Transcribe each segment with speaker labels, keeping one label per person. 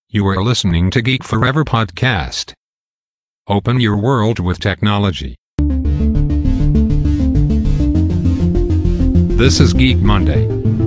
Speaker 1: You are listening to Geek Forever podcast. Open your world with technology. This is Geek Monday.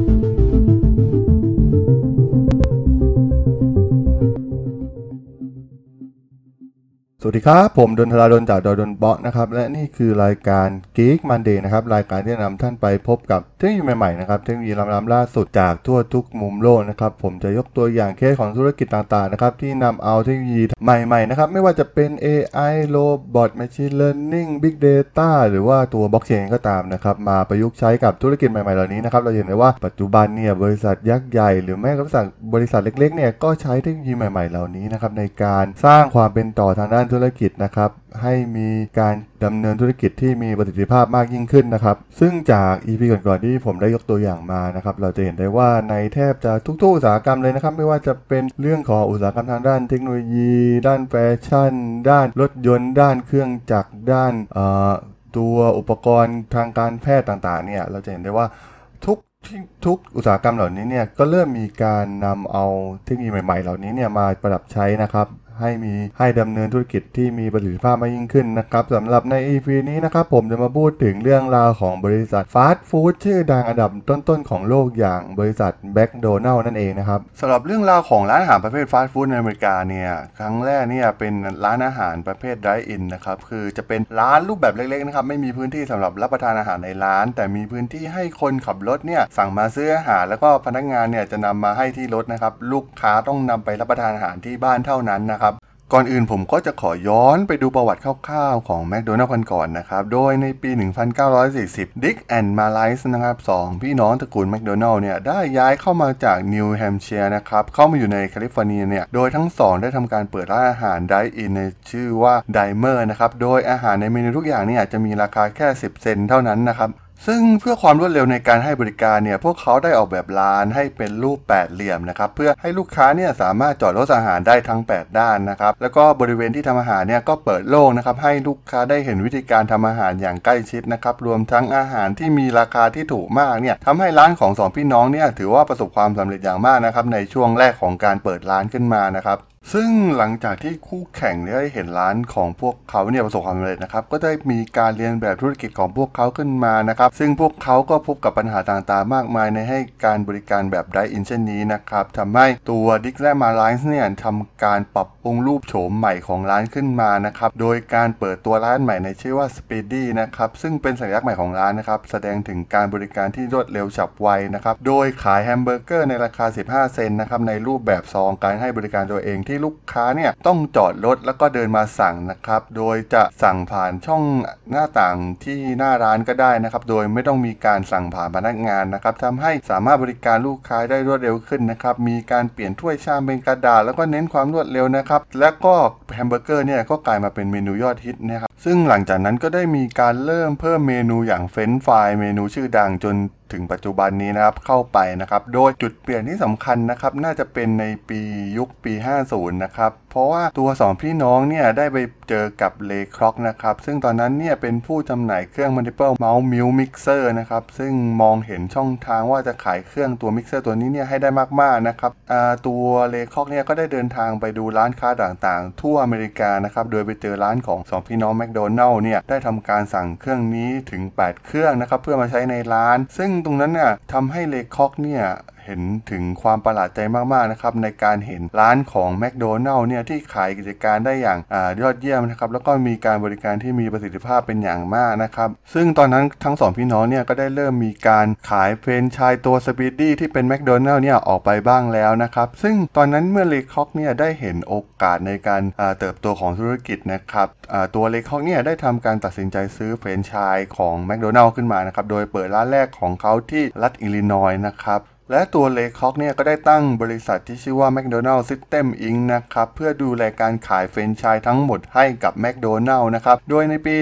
Speaker 2: สวัสดีครับผมดนทราดลจากดนเบาะนะครับและนี่คือรายการ Geek Monday นะครับรายการที่จะนำท่านไปพบกับเทคโนโลยีใหม่ๆนะครับเทคโนโลยีล้ำๆล่าสุดจากทั่วทุกมุมโลกนะครับผมจะยกตัวอย่างเคสของธุรกิจต่างๆนะครับที่นำเอาเทคโนโลยีใหม่ๆนะครับไม่ว่าจะเป็น AI Robot Machine Learning Big Data หรือว่าตัว Blockchain ก็ตามนะครับมาประยุกต์ใช้กับธุรกิจใหม่ๆเหล่านี้นะครับเราเห็นได้ว่าปัจจุบันเนี่ยบริษัทยักษ์ใหญ่หรือแม้กระทั่งบริษัทเล็กๆเนี่ยก็ใช้เทคโนโลยีใหม่ๆเหล่านี้นะครับในการสร้างความเป็นต่อทางด้านธุรกิจนะครับให้มีการดำเนินธุรกิจที่มีประสิทธิภาพมากยิ่งขึ้นนะครับซึ่งจาก EP ก่อนๆที่ผมได้ยกตัวอย่างมานะครับเราจะเห็นได้ว่าในแทบจะทุกๆอุตสาหกรรมเลยนะครับไม่ว่าจะเป็นเรื่องของอุตสาหกรรมทางด้านเทคโนโลยีด้านแฟชั่นด้านรถยนต์ด้านเครื่องจักรด้านตัวอุปกรณ์ทางการแพทย์ต่างๆเนี่ยเราจะเห็นได้ว่าทุกอุตสาหกรรมเหล่านี้เนี่ยก็เริ่มมีการนำเอาเทคโนโลยีใหม่ๆเหล่านี้เนี่ยมาประดับใช้นะครับให้ดำเนินธุรกิจที่มีประสิทธิภาพมากยิ่งขึ้นนะครับสำหรับใน EP นี้นะครับผมจะมาพูดถึงเรื่องราวของบริษัทฟาสต์ฟู้ดชื่อดังอันดับต้นๆของโลกอย่างบริษัทแมคโดนัลด์นั่นเองนะครับสำหรับเรื่องราวของร้านอาหารประเภทฟาสต์ฟู้ดในอเมริกาเนี่ยครั้งแรกเนี่ยเป็นร้านอาหารประเภทไดรฟ์อินนะครับคือจะเป็นร้านรูปแบบเล็กๆนะครับไม่มีพื้นที่สำหรับรับประทานอาหารในร้านแต่มีพื้นที่ให้คนขับรถเนี่ยสั่งมาซื้ออาหารแล้วก็พนักงานเนี่ยจะนำมาให้ที่รถนะครับลูกค้าต้องนำไปรับประทานอาหารที่บ้านเท่านั้นนะครับก่อนอื่นผมก็จะขอย้อนไปดูประวัติคร่าวๆของแมคโดนัลด์กันก่อนนะครับโดยในปี 1940 ดิกแอนด์มาไลส์นะครับ2พี่น้องตระกูลแมคโดนัลด์เนี่ยได้ย้ายเข้ามาจากนิวแฮมป์เชียร์นะครับเข้ามาอยู่ในแคลิฟอร์เนียเนี่ยโดยทั้งสองได้ทำการเปิดร้านอาหารไดรฟ์อินในชื่อว่าไดเมอร์นะครับโดยอาหารในเมนูทุกอย่างเนี่ยจะมีราคาแค่10 เซนต์เท่านั้นนะครับซึ่งเพื่อความรวดเร็วในการให้บริการเนี่ยพวกเขาได้ออกแบบร้านให้เป็นรูปแปดเหลี่ยมนะครับเพื่อให้ลูกค้าเนี่ยสามารถจอดรถอาหารได้ทั้ง8ด้านนะครับแล้วก็บริเวณที่ทำอาหารเนี่ยก็เปิดโล่งนะครับให้ลูกค้าได้เห็นวิธีการทำอาหารอย่างใกล้ชิดนะครับรวมทั้งอาหารที่มีราคาที่ถูกมากเนี่ยทำให้ร้านของ2พี่น้องเนี่ยถือว่าประสบความสำเร็จอย่างมากนะครับในช่วงแรกของการเปิดร้านขึ้นมานะครับซึ่งหลังจากที่คู่แข่งได้เห็นร้านของพวกเขาเนี่ยประสบความสำเร็จนะครับก็ได้มีการเรียนแบบธุรกิจของพวกเขาขึ้นมานะครับซึ่งพวกเขาก็พบกับปัญหาต่างๆมากมายในให้การบริการแบบไดรฟ์อินเช่นนี้นะครับทำให้ตัวดิกและมาไลส์เนี่ยทำการปรับปรุงรูปโฉมใหม่ของร้านขึ้นมานะครับโดยการเปิดตัวร้านใหม่ในชื่อว่า Speedy นะครับซึ่งเป็นสัญลักษณ์ใหม่ของร้านนะครับแสดงถึงการบริการที่รวดเร็วฉับไวนะครับโดยขายแฮมเบอร์เกอร์ในราคา15 เซนต์นะครับในรูปแบบซองการให้บริการตัวเองที่ลูกค้าเนี่ยต้องจอดรถแล้วก็เดินมาสั่งนะครับโดยจะสั่งผ่านช่องหน้าต่างที่หน้าร้านก็ได้นะครับโดยไม่ต้องมีการสั่งผ่านพนักงานนะครับทำให้สามารถบริการลูกค้าได้รวดเร็วขึ้นนะครับมีการเปลี่ยนถ้วยชามเป็นกระดาษแล้วก็เน้นความรวดเร็วนะครับและก็แฮมเบอร์เกอร์เนี่ยก็กลายมาเป็นเมนูยอดฮิตนะครับซึ่งหลังจากนั้นก็ได้มีการเริ่มเพิ่มเมนูอย่างเฟรนช์ฟรายเมนูชื่อดังจนถึงปัจจุบันนี้นะครับเข้าไปนะครับโดยจุดเปลี่ยนที่สำคัญนะครับน่าจะเป็นในยุคปี 50 นะครับเพราะว่าตัว2พี่น้องเนี่ยได้ไปเจอกับเลคร็อกนะครับซึ่งตอนนั้นเนี่ยเป็นผู้จำหน่ายเครื่อง Multiple Mount Mill Mixer นะครับซึ่งมองเห็นช่องทางว่าจะขายเครื่องตัวมิกเซอร์ตัวนี้เนี่ยให้ได้มากๆนะครับตัวเลคร็อกเนี่ยก็ได้เดินทางไปดูร้านค้าต่างๆทั่วอเมริกานะครับโดยไปเจอร้านของ2พี่น้องแมคโดนัลด์เนี่ยได้ทำการสั่งเครื่องนี้ถึง8เครื่องนะครับเพื่อมาใช้ในร้านซึ่งตรงนั้นเนี่ยทำให้เลคร็อกเนี่ยเห็นถึงความประหลาดใจมากๆนะครับในการเห็นร้านของแมคโดนัลด์เนี่ยที่ขายกิจการได้อย่างยอดเยี่ยมนะครับแล้วก็มีการบริการที่มีประสิทธิภาพเป็นอย่างมากนะครับซึ่งตอนนั้นทั้ง2พี่น้องเนี่ยก็ได้เริ่มมีการขายแฟรนไชส์ตัวสปีดดี้ที่เป็นแมคโดนัลด์เนี่ยออกไปบ้างแล้วนะครับซึ่งตอนนั้นเมื่อเลคร็อกเนี่ยได้เห็นโอกาสในการเติบโตของธุรกิจนะครับตัวเลคร็อกเนี่ยได้ทำการตัดสินใจซื้อแฟรนไชส์ของแมคโดนัลด์ขึ้นมานะครับโดยเปิดร้านแรกของเขาที่รัฐอิลลินอยส์นะครับและตัวเลคร็อกเนี่ยก็ได้ตั้งบริษัทที่ชื่อว่า McDonald System Inc. นะครับเพื่อดูแลการขายแฟรนไชส์ทั้งหมดให้กับ McDonald นะครับโดยในปี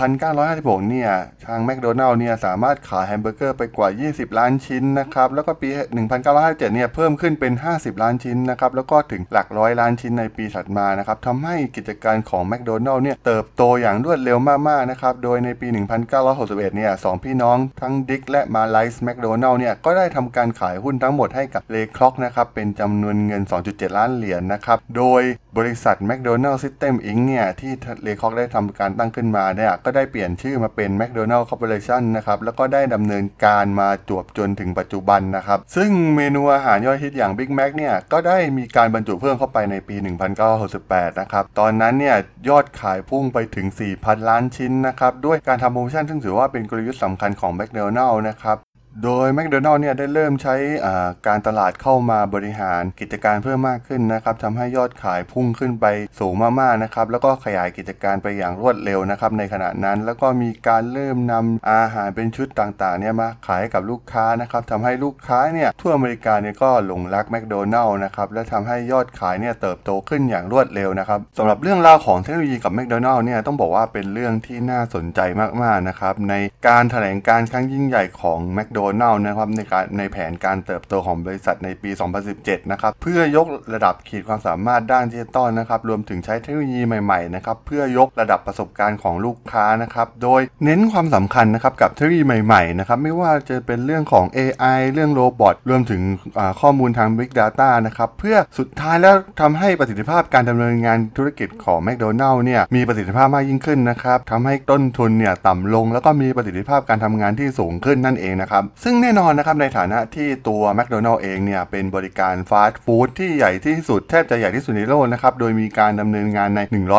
Speaker 2: 1956 เนี่ยทาง McDonald เนี่ยสามารถขายแฮมเบอร์เกอร์ไปกว่า20ล้านชิ้นนะครับแล้วก็ปี 1957 เนี่ยเพิ่มขึ้นเป็น50ล้านชิ้นนะครับแล้วก็ถึงหลักร้อยล้านชิ้นในปีถัดมานะครับทำให้กิจการของ McDonald เนี่ยเติบโตอย่างรวดเร็วมากๆนะครับโดยในปี 1961 เนี่ย2พี่น้องทั้งดิกและมาไลส์ McDonald เนี่ยก็ได้ทำการขายหุ้นทั้งหมดให้กับเลคล็อกนะครับเป็นจำนวนเงิน 2.7 ล้านเหรียญนะครับโดยบริษัท McDonald System Inc. เนี่ยที่เลคล็อกได้ทำการตั้งขึ้นมาเนี่ยก็ได้เปลี่ยนชื่อมาเป็น McDonald Corporation นะครับแล้วก็ได้ดำเนินการมาจวบจนถึงปัจจุบันนะครับซึ่งเมนูอาหารยอดฮิตอย่าง Big Mac เนี่ยก็ได้มีการบรรจุเพิ่มเข้าไปในปี 1968 นะครับตอนนั้นเนี่ยยอดขายพุ่งไปถึง 4,000 ล้านชิ้นนะครับด้วยการทำโปรโมชั่นซึ่งถือว่าเป็นกลยุทธ์สำคัญของ McDonald นะครับโดย McDonald เนี่ยได้เริ่มใช้การตลาดเข้ามาบริหารกิจการเพิ่มมากขึ้นนะครับทำให้ยอดขายพุ่งขึ้นไปสูงมากๆนะครับแล้วก็ขยายกิจการไปอย่างรวดเร็วนะครับในขณะนั้นแล้วก็มีการเริ่มนำอาหารเป็นชุดต่างๆเนี่ยมาขายกับลูกค้านะครับทำให้ลูกค้าเนี่ยทั่วอเมริกาเนี่ยก็หลงรัก McDonald นะครับและทำให้ยอดขายเนี่ยเติบโตขึ้นอย่างรวดเร็วนะครับสำหรับเรื่องราวของเทคโนโลยีกับ McDonald เนี่ยต้องบอกว่าเป็นเรื่องที่น่าสนใจมากๆนะครับในการแถลงการครั้งยิ่งใหญ่ของ McDonald นะครับในแผนการเติบโตของบริษัทในปี 2017 นะครับเพื่อยกระดับขีดความสามารถด้านดิจิตอลนะครับรวมถึงใช้เทคโนโลยีใหม่ๆนะครับเพื่อยกระดับประสบการณ์ของลูกค้านะครับโดยเน้นความสำคัญนะครับกับเทคโนโลยีใหม่ๆนะครับไม่ว่าจะเป็นเรื่องของ AI เรื่องโรบอทรวมถึงข้อมูลทาง Big Data นะครับเพื่อสุดท้ายแล้วทำให้ประสิทธิภาพการดำเนินงานธุรกิจของ McDonald เนี่ยมีประสิทธิภาพมากยิ่งขึ้นนะครับทำให้ต้นทุนเนี่ยต่ำลงแล้วก็มีประสิทธิภาพการทำงานที่สูงขึ้นนั่นเองนะครับซึ่งแน่นอนนะครับในฐานะที่ตัว McDonald เองเนี่ยเป็นบริการฟาสต์ฟู้ดที่ใหญ่ที่สุดแทบจะใหญ่ที่สุดในโลกนะครับโดยมีการดำเนินงานใน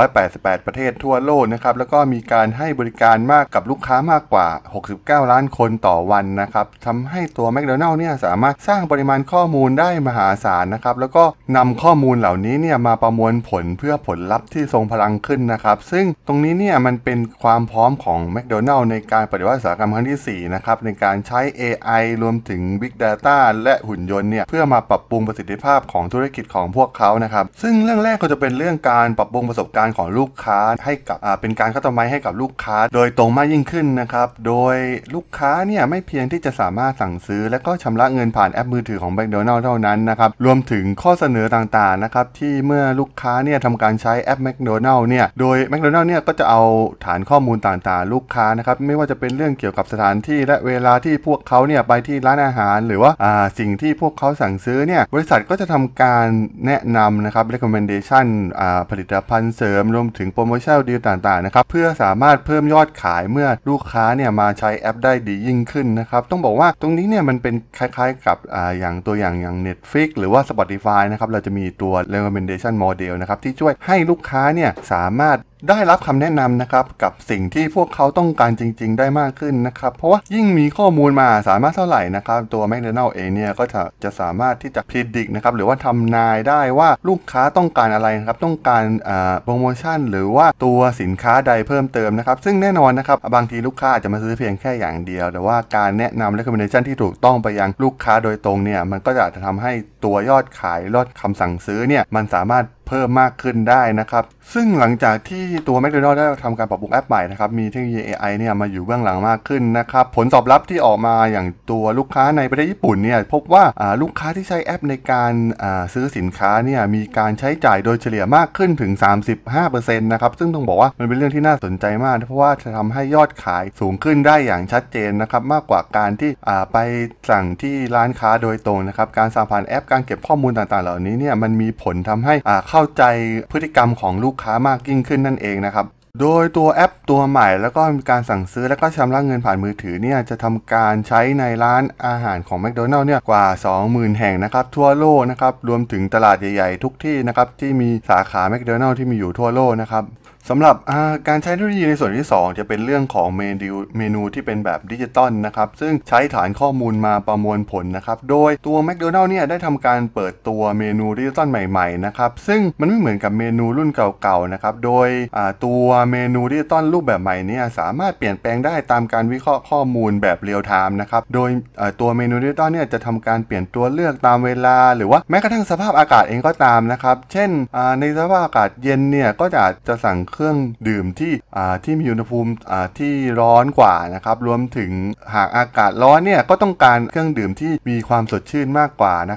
Speaker 2: 188ประเทศทั่วโลกนะครับแล้วก็มีการให้บริการมากกับลูกค้ามากกว่า69ล้านคนต่อวันนะครับทำให้ตัว McDonald เนี่ยสามารถสร้างปริมาณข้อมูลได้มหาศาลนะครับแล้วก็นำข้อมูลเหล่านี้เนี่ยมาประมวลผลเพื่อผลลัพธ์ที่ทรงพลังขึ้นนะครับซึ่งตรงนี้เนี่ยมันเป็นความพร้อมของ McDonald ในการปฏิวัติอุตสาหกรรมครั้งที่4นะครับในการใช้ AI รวมถึง Big Data และหุ่นยนต์เนี่ยเพื่อมาปรับปรุงประสิทธิภาพของธุรกิจของพวกเขานะครับซึ่งเรื่องแรกก็จะเป็นเรื่องการปรับปรุงประสบการณ์ของลูกค้าให้กับเป็นการคัสตอมไมซ์ให้กับลูกค้าโดยตรงมากยิ่งขึ้นนะครับโดยลูกค้าเนี่ยไม่เพียงที่จะสามารถสั่งซื้อและก็ชำระเงินผ่านแอปมือถือของ McDonald เท่านั้นนะครับรวมถึงข้อเสนอต่างๆนะครับที่เมื่อลูกค้าเนี่ยทำการใช้แอป McDonald เนี่ยโดย McDonald เนี่ยก็จะเอาฐานข้อมูลต่างๆลูกค้านะครับไม่ว่าจะเป็นเรื่องเกี่ยวกับสถานที่และเวลาที่พวกเขาเนี่ยไปที่ร้านอาหารหรือว่าสิ่งที่พวกเขาสั่งซื้อเนี่ยบริษัทก็จะทำการแนะนำนะครับ recommendation ผลิตภัณฑ์เสริมรวมถึงโปรโมชั่นดีลต่างๆนะครับเพื่อสามารถเพิ่มยอดขายเมื่อลูกค้าเนี่ยมาใช้แอปได้ดียิ่งขึ้นนะครับต้องบอกว่าตรงนี้เนี่ยมันเป็นคล้ายๆกับอย่างตัวอย่าง Netflix หรือว่า Spotify นะครับเราจะมีตัว recommendation model นะครับที่ช่วยให้ลูกค้าเนี่ยสามารถได้รับคำแนะนำนะครับกับสิ่งที่พวกเขาต้องการจริงๆได้มากขึ้นนะครับเพราะว่ายิ่งมีข้อมูลมาสามารถเท่าไหร่นะครับตัว McDonald เองเนี่ยก็จะสามารถที่จะ predict นะครับหรือว่าทำนายได้ว่าลูกค้าต้องการอะไรนะครับต้องการโปรโมชั่นหรือว่าตัวสินค้าใดเพิ่มเติมนะครับซึ่งแน่นอนนะครับบางทีลูกค้าอาจจะมาซื้อเพียงแค่อย่างเดียวแต่ว่าการแนะนำ recommendation ที่ถูกต้องไปยังลูกค้าโดยตรงเนี่ยมันก็จะทำให้ตัวยอดขายยอดคำสั่งซื้อเนี่ยมันสามารถเพิ่มมากขึ้นได้นะครับซึ่งหลังจากที่ตัว McDonald ได้ทำการปรับปรุงแอปใหม่นะครับมีเทคโนโลยี AI เนี่ยมาอยู่เบื้องหลังมากขึ้นนะครับผลตอบรับที่ออกมาอย่างตัวลูกค้าในประเทศญี่ปุ่นเนี่ยพบว่าลูกค้าที่ใช้แอปในการซื้อสินค้าเนี่ยมีการใช้จ่ายโดยเฉลี่ยมากขึ้นถึง 35% นะครับซึ่งต้องบอกว่ามันเป็นเรื่องที่น่าสนใจมากเพราะว่าจะทำให้ยอดขายสูงขึ้นได้อย่างชัดเจนนะครับมากกว่าการที่ไปสั่งที่ร้านค้าโดยตรงนะครับการสั่งผ่านแอปการเก็บข้อมูลต่างๆเหล่านี้เนี่ยมันมีผลทำให้เข้าใจพฤติกรรมของลูกค้ามากยิ่งขึ้นนั่นเองนะครับโดยตัวแอปตัวใหม่แล้วก็มีการสั่งซื้อแล้วก็ชำระเงินผ่านมือถือเนี่ยจะทำการใช้ในร้านอาหารของ McDonald เนี่ยกว่า 20,000 แห่งนะครับทั่วโลกนะครับรวมถึงตลาดใหญ่ๆทุกที่นะครับที่มีสาขา McDonald ที่มีอยู่ทั่วโลกนะครับสำหรับการใช้เทคโนโลยีในส่วนที่2จะเป็นเรื่องของเมนูที่เป็นแบบดิจิตอลนะครับซึ่งใช้ฐานข้อมูลมาประมวลผลนะครับโดยตัว McDonald เนี่ยได้ทำการเปิดตัวเมนูดิจิตอลใหม่ๆนะครับซึ่งมันไม่เหมือนกับเมนูรุ่นเก่าๆนะครับโดยตัวเมนูดิจิตอลรูปแบบใหม่เนี่ยสามารถเปลี่ยนแปลงได้ตามการวิเคราะห์ข้อมูลแบบเรียลไทม์นะครับโดยตัวเมนูดิจิตอลเนี่ยจะทำการเปลี่ยนตัวเลือกตามเวลาหรือว่าแม้กระทั่งสภาพอากาศเองก็ตามนะครับเช่นในสภาพอากาศเย็นเนี่ยก็จะสั่งเครื่องดื่มที่มีอุณหภูมิที่ร้อนกว่านะครับรวมถึงหากอากาศร้อนเนี่ยก็ต้องการเครื่องดื่มที่มีความสดชื่นมากกว่านะครับ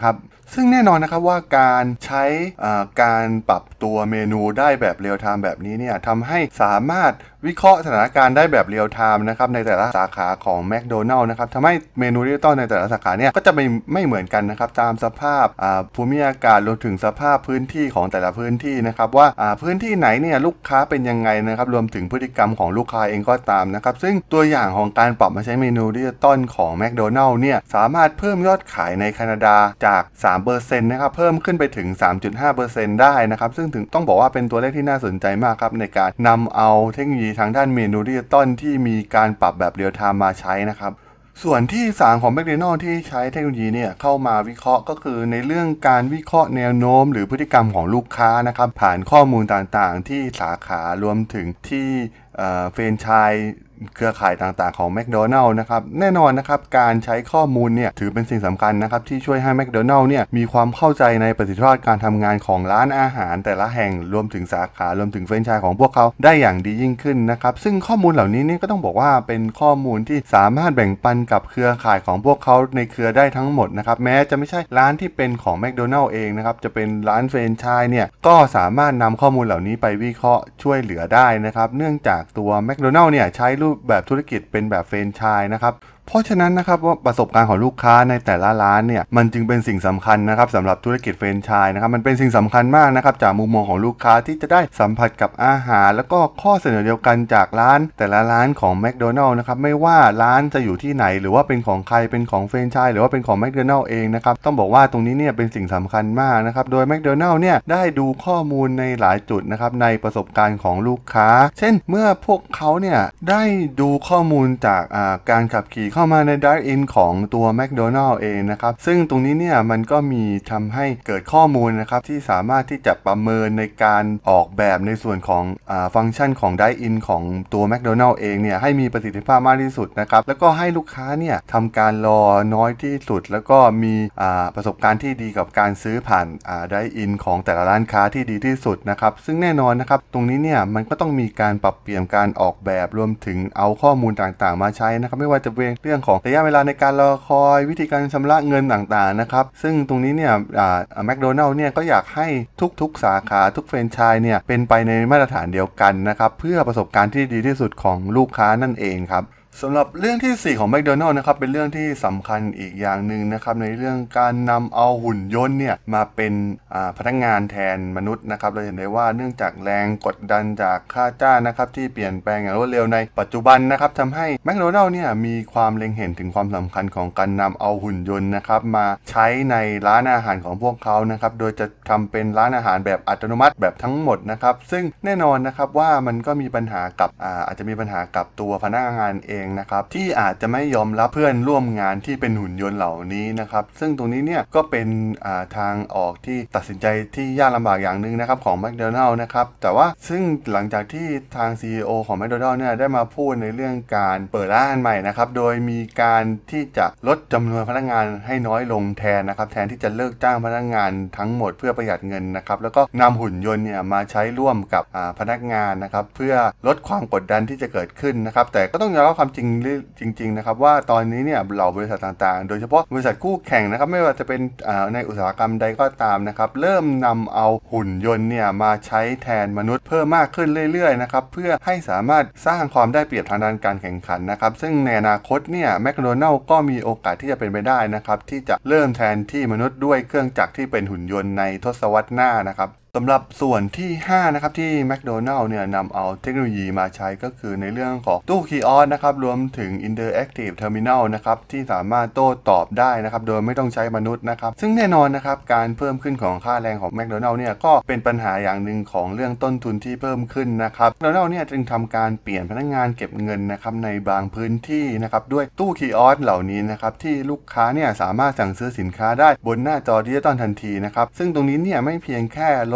Speaker 2: ซึ่งแน่นอนนะครับว่าการใช้การปรับตัวเมนูได้แบบเรียลไทม์แบบนี้เนี่ยทำให้สามารถวิเคราะห์สถานการณ์ได้แบบเรียลไทม์นะครับในแต่ละสาขาของแมคโดนัลล์นะครับทำให้เมนูดิจิตอลในแต่ละสาขาเนี่ยก็จะไม่เหมือนกันนะครับตามสภาพภูมิอากาศรวมถึงสภาพพื้นที่ของแต่ละพื้นที่นะครับว่าพื้นที่ไหนเนี่ยลูกค้าเป็นยังไงนะครับรวมถึงพฤติกรรมของลูกค้าเองก็ตามนะครับซึ่งตัวอย่างของการปรับมาใช้เมนูดิจิตอลของแมคโดนัลล์เนี่ยสามารถเพิ่มยอดขายในแคนาดาจาก 3% นะครับเพิ่มขึ้นไปถึง 3.5% ได้นะครับซึ่งถึงต้องบอกว่าเป็นตัวเลขที่น่าสนใจมากครับในการนำเอาเทคโนโลยีทางด้านเมนูดิจิตอลที่มีการปรับแบบเรียลไทม์มาใช้นะครับส่วนที่3ของแมคโดนัลล์ที่ใช้เทคโนโลยีเนี่ยเข้ามาวิเคราะห์ก็คือในเรื่องการวิเคราะห์แนวโน้มหรือพฤติกรรมของลูกค้านะครับผ่านข้อมูลต่างๆที่สาขารวมถึงที่แฟรนไชส์เครือข่ายต่างๆของแมคโดนัลล์นะครับแน่นอนนะครับการใช้ข้อมูลเนี่ยถือเป็นสิ่งสำคัญนะครับที่ช่วยให้แมคโดนัลล์เนี่ยมีความเข้าใจในประสิทธิภาพการทำงานของร้านอาหารแต่ละแห่งรวมถึงสาขารวมถึงแฟรนไชส์ของพวกเขาได้อย่างดียิ่งขึ้นนะครับซึ่งข้อมูลเหล่านี้นี่ก็ต้องบอกว่าเป็นข้อมูลที่สามารถแบ่งปันกับเครือข่ายของพวกเขาในเครือได้ทั้งหมดนะครับแม้จะไม่ใช่ร้านที่เป็นของแมคโดนัลล์เองนะครับจะเป็นร้านแฟรนไชส์เนี่ยก็สามารถนำข้อมูลเหล่านี้ไปวิเคราะห์ช่วยเหลือได้นะครับเนื่องจากตัวแมคโดนัลล์เนี่ยใช้รูปแบบธุรกิจเป็นแบบแฟรนไชส์นะครับเพราะฉะนั้นนะครับว่าประสบการณ์ของลูกค้าในแต่ละร้านเนี่ยมันจึงเป็นสิ่งสำคัญนะครับสำหรับธุรกิจแฟรนไชส์นะครับมันเป็นสิ่งสำคัญมากนะครับจากมุมมองของลูกค้าที่จะได้สัมผัสกับอาหารแล้วก็ข้อเสนอเดียวกันจากร้านแต่ละร้านของแมคโดนัลล์นะครับไม่ว่าร้านจะอยู่ที่ไหนหรือว่าเป็นของใครเป็นของแฟรนไชส์หรือว่าเป็นของแมคโดนัลล์เองนะครับต้องบอกว่าตรงนี้เนี่ยเป็นสิ่งสำคัญมากนะครับโดยแมคโดนัลล์เนี่ยได้ดูข้อมูลในหลายจุดนะครับในประสบการณ์ของลูกค้าเช่นเมื่อพวกเขาเนี่ยได้ดูข้อมูลจากการขับขี่เข้ามาในDrive-in ของตัวแมคโดนัลล์เองนะครับซึ่งตรงนี้เนี่ยมันก็มีทำให้เกิดข้อมูลนะครับที่สามารถที่จะประเมินในการออกแบบในส่วนของฟังก์ชันของDrive-inของตัวแมคโดนัลล์เองเนี่ยให้มีประสิทธิภาพมากที่สุดนะครับแล้วก็ให้ลูกค้าเนี่ยทำการรอน้อยที่สุดแล้วก็มีประสบการณ์ที่ดีกับการซื้อผ่านDrive-inของแต่ละร้านค้าที่ดีที่สุดนะครับซึ่งแน่นอนนะครับตรงนี้เนี่ยมันก็ต้องมีการปรับเปลี่ยนการออกแบบรวมถึงเอาข้อมูลต่างๆมาใช้นะครับไม่ว่าจะเป็นเรื่องของระยะเวลาในการรอคอยวิธีการชำระเงินต่างๆนะครับซึ่งตรงนี้เนี่ยแมคโดนัลล์เนี่ยก็อยากให้ทุกๆสาขาทุกแฟรนไชส์เนี่ยเป็นไปในมาตรฐานเดียวกันนะครับเพื่อประสบการณ์ที่ดีที่สุดของลูกค้านั่นเองครับสำหรับเรื่องที่4ของแมคโดนัลล์นะครับเป็นเรื่องที่สำคัญอีกอย่างหนึ่งนะครับในเรื่องการนำเอาหุ่นยนต์เนี่ยมาเป็นพนักงานแทนมนุษย์นะครับเราเห็นได้ว่าเนื่องจากแรงกดดันจากค่าจ้างนะครับที่เปลี่ยนแปลงอย่างรวดเร็วในปัจจุบันนะครับทำให้แมคโดนัลล์เนี่ยมีความเล็งเห็นถึงความสำคัญของการนำเอาหุ่นยนต์นะครับมาใช้ในร้านอาหารของพวกเขานะครับโดยจะทำเป็นร้านอาหารแบบอัตโนมัติแบบทั้งหมดนะครับซึ่งแน่นอนนะครับว่ามันก็มีปัญหากับอาจจะมีปัญหากับตัวพนักงานเองนะครับที่อาจจะไม่ยอมรับเพื่อนร่วมงานที่เป็นหุ่นยนต์เหล่านี้นะครับซึ่งตรงนี้เนี่ยก็เป็นทางออกที่ตัดสินใจที่ยากลำบากอย่างหนึ่งนะครับของแมคโดนัลล์นะครับแต่ว่าซึ่งหลังจากที่ทาง CEO ของแมคโดนัลล์เนี่ยได้มาพูดในเรื่องการเปิดร้านใหม่นะครับโดยมีการที่จะลดจำนวนพนักงานให้น้อยลงแทนนะครับแทนที่จะเลิกจ้างพนักงานทั้งหมดเพื่อประหยัดเงินนะครับแล้วก็นำหุ่นยนต์เนี่ยมาใช้ร่วมกับพนักงานนะครับเพื่อลดความกดดันที่จะเกิดขึ้นนะครับแต่ก็ต้องยอมรับความจริงนะครับว่าตอนนี้เนี่ยเหล่าบริษัทต่างๆโดยเฉพาะบริษัทคู่แข่งนะครับไม่ว่าจะเป็นในอุตสาหกรรมใดก็ตามนะครับเริ่มนำเอาหุ่นยนต์เนี่ยมาใช้แทนมนุษย์เพิ่มมากขึ้นเรื่อยๆนะครับเพื่อให้สามารถสร้างความได้เปรียบทางด้านการแข่งขันนะครับซึ่งในอนาคตเนี่ยแมคโดนัลล์ก็มีโอกาสที่จะเป็นไปได้นะครับที่จะเริ่มแทนที่มนุษย์ด้วยเครื่องจักรที่เป็นหุ่นยนต์ในทศวรรษหน้านะครับสำหรับส่วนที่5นะครับที่แมคโดนัลล์เนี่ยนำเอาเทคโนโลยีมาใช้ก็คือในเรื่องของตู้คีออสนะครับรวมถึง Interactive Terminal นะครับที่สามารถโต้ตอบได้นะครับโดยไม่ต้องใช้มนุษย์นะครับซึ่งแน่นอนนะครับการเพิ่มขึ้นของค่าแรงของแมคโดนัลล์เนี่ยก็เป็นปัญหาอย่างหนึ่งของเรื่องต้นทุนที่เพิ่มขึ้นนะครับแมคโดนัลล์เนี่ยจึงทำการเปลี่ยนพนักงานเก็บเงินนะครับในบางพื้นที่นะครับด้วยตู้คีออสเหล่านี้นะครับที่ลูกค้าเนี่ยสามารถสั่งซื้อสินค้าได้บนหน้าจอดิจิตอลทันทีนะครับซึ่งตรงนี้เนี่ยไม่เพียงแค่ลด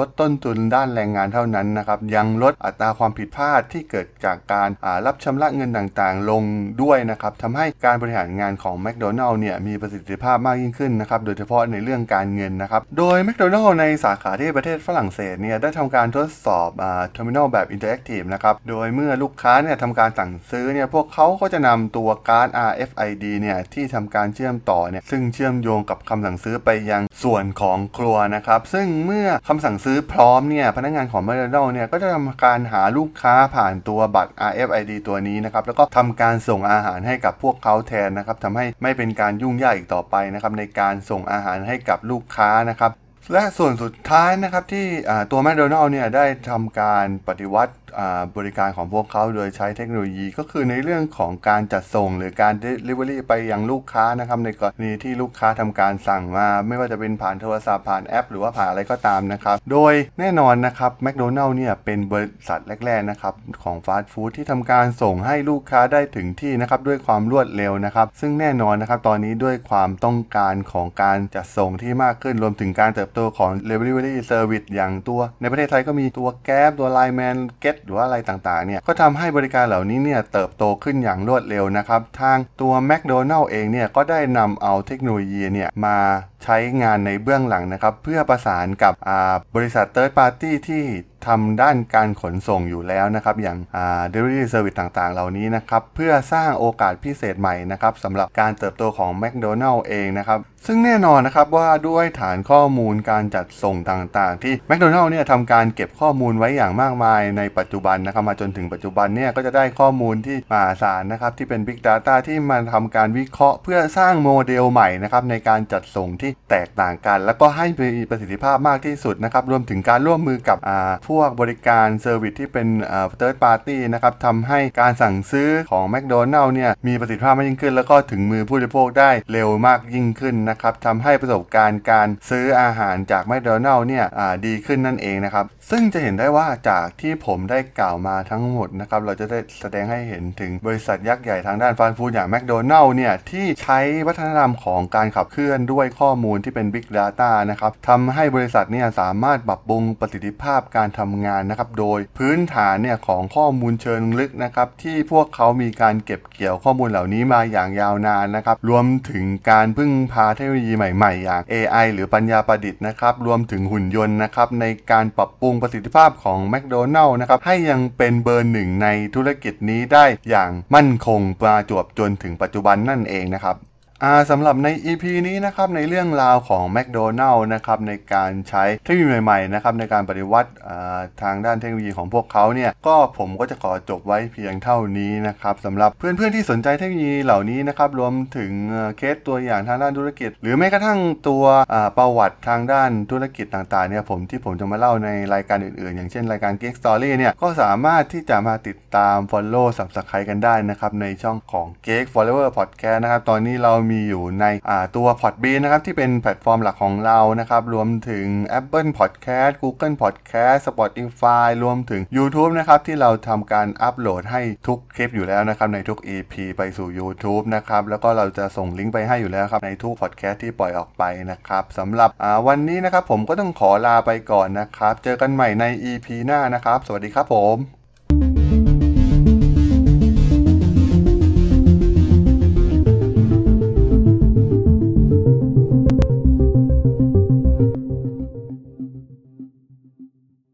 Speaker 2: ดต้นทุนด้านแรงงานเท่านั้นนะครับยังลดอัตราความผิดพลาดที่เกิดจากการรับชำระเงินต่างๆลงด้วยนะครับทำให้การบริหารงานของแมคโดนัลล์เนี่ยมีประสิทธิภาพมากยิ่งขึ้นนะครับโดยเฉพาะในเรื่องการเงินนะครับโดยแมคโดนัลล์ในสาขาที่ประเทศฝรั่งเศสเนี่ยได้ทำการทดสอบเทอร์มินอลแบบอินเตอร์แอคทีฟนะครับโดยเมื่อลูกค้าเนี่ยทำการสั่งซื้อเนี่ยพวกเขาก็จะนำตัวการ์ด RFID เนี่ยที่ทำการเชื่อมต่อเนี่ยซึ่งเชื่อมโยงกับคำสั่งซื้อไปยังส่วนของครัวนะครับซึ่งเมื่อคำสั่งซื้อพร้อมเนี่ยพนักงานของแมคโดนัลล์เนี่ยก็จะทำการหาลูกค้าผ่านตัวบัตร RFID ตัวนี้นะครับแล้วก็ทำการส่งอาหารให้กับพวกเขาแทนนะครับทำให้ไม่เป็นการยุ่งยากอีกต่อไปนะครับในการส่งอาหารให้กับลูกค้านะครับและส่วนสุดท้ายนะครับที่ตัวแมคโดนัลล์เนี่ยได้ทำการปฏิวัติบริการของพวกเขาโดยใช้เทคโนโลยีก็คือในเรื่องของการจัดส่งหรือการ Delivery ไปยังลูกค้านะครับในกรณีที่ลูกค้าทำการสั่งมาไม่ว่าจะเป็นผ่านโทรศัพท์ผ่านแอปหรือว่าผ่านอะไรก็ตามนะครับโดยแน่นอนนะครับแมคโดนัลล์เนี่ยเป็นบริษัทแรกๆนะครับของฟาสต์ฟู้ดที่ทำการส่งให้ลูกค้าได้ถึงที่นะครับด้วยความรวดเร็วนะครับซึ่งแน่นอนนะครับตอนนี้ด้วยความต้องการของการจัดส่งที่มากขึ้นรวมถึงการเติบโตของ Delivery Service อย่างตัวในประเทศไทยก็มีตัว Grab ตัว Line Man Getหรือว่าอะไรต่างๆเนี่ยก็ทำให้บริการเหล่านี้เนี่ยเติบโตขึ้นอย่างรวดเร็วนะครับทางตัวแมคโดนัลล์เองเนี่ยก็ได้นำเอาเทคโนโลยีเนี่ยมาใช้งานในเบื้องหลังนะครับเพื่อประสานกับบริษัท Third Party ที่ทำด้านการขนส่งอยู่แล้วนะครับอย่างDelivery Service ต่างๆเหล่านี้นะครับเพื่อสร้างโอกาสพิเศษใหม่นะครับสำหรับการเติบโตของแมคโดนัลล์เองนะครับซึ่งแน่นอนนะครับว่าด้วยฐานข้อมูลการจัดส่งต่างๆที่แมคโดนัลล์เนี่ยทำการเก็บข้อมูลไว้อย่างมากมายในปัจจุบันนะครับมาจนถึงปัจจุบันเนี่ยก็จะได้ข้อมูลที่มหาศาลนะครับที่เป็น Big Data ที่มาทำการวิเคราะห์เพื่อสร้างโมเดลใหม่นะครับในการจัดส่งที่แตกต่างกันแล้วก็ให้มีประสิทธิภาพมากที่สุดนะครับรวมถึงการร่วมมือกับพวกบริการเซอร์วิสที่เป็นThird Party นะครับทำให้การสั่งซื้อของแมคโดนัลล์เนี่ยมีประสิทธิภาพมากยิ่งขึ้นแล้วก็ถึงมือผู้บริโภคได้เร็วมากยิ่งขึ้นนะครับทำให้ประสบการณ์การซื้ออาหารจากแมคโดนัลล์เนี่ยดีขึ้นนั่นเองนะครับซึ่งจะเห็นได้ว่าจากที่ผมได้กล่าวมาทั้งหมดนะครับเราจะได้แสดงให้เห็นถึงบริษัทยักษ์ใหญ่ทางด้านฟาสต์ฟู้ดอย่างแมคโดนัลล์เนี่ยที่ใช้วัฒนธรรมของการขับเคลื่อนด้วยข้อมูลที่เป็น Big Data นะครับทำให้บริษัทเนี่ยสามารถปรับปรุงประสิทธิภาพการทำงานนะครับโดยพื้นฐานเนี่ยของข้อมูลเชิงลึกนะครับที่พวกเขามีการเก็บเกี่ยวข้อมูลเหล่านี้มาอย่างยาวนานนะครับรวมถึงการพึ่งพาเทคโนโลยีใหม่ๆอย่าง AI หรือปัญญาประดิษฐ์นะครับรวมถึงหุ่นยนต์นะครับในการปรับปรุงประสิทธิภาพของแมคโดนัลล์นะครับให้ยังเป็นเบอร์หนึ่งในธุรกิจนี้ได้อย่างมั่นคงมาจวบจนถึงปัจจุบันนั่นเองนะครับสำหรับใน EP นี้นะครับในเรื่องราวของแมคโดนัลล์นะครับในการใช้เทคโนโลยีใหม่ๆนะครับในการปฏิวัติทางด้านเทคโนโลยีของพวกเขาเนี่ยก็ผมก็จะขอจบไว้เพียงเท่านี้นะครับสำหรับเพื่อนๆที่สนใจเทคโนโลยีเหล่านี้นะครับรวมถึงเคสตัวอย่างทางด้านธุรกิจหรือแม้กระทั่งตัวประวัติทางด้านธุรกิจต่างๆเนี่ยที่ผมจะมาเล่าในรายการอื่นๆอย่างเช่นรายการ Geek Story เนี่ยก็สามารถที่จะมาติดตาม Follow Subscribe กันได้นะครับในช่องของ Geek Forever Podcast นะครับตอนนี้เรามีอยู่ในตัว Podbean นะครับที่เป็นแพลตฟอร์มหลักของเรานะครับรวมถึง Apple Podcast Google Podcast Spotify รวมถึง YouTube นะครับที่เราทำการอัปโหลดให้ทุกคลิปอยู่แล้วนะครับในทุก EP ไปสู่ YouTube นะครับแล้วก็เราจะส่งลิงก์ไปให้อยู่แล้วครับในทุก Podcast ที่ปล่อยออกไปนะครับสำหรับวันนี้นะครับผมก็ต้องขอลาไปก่อนนะครับเจอกันใหม่ใน EP หน้านะครับสวัสดีครับผม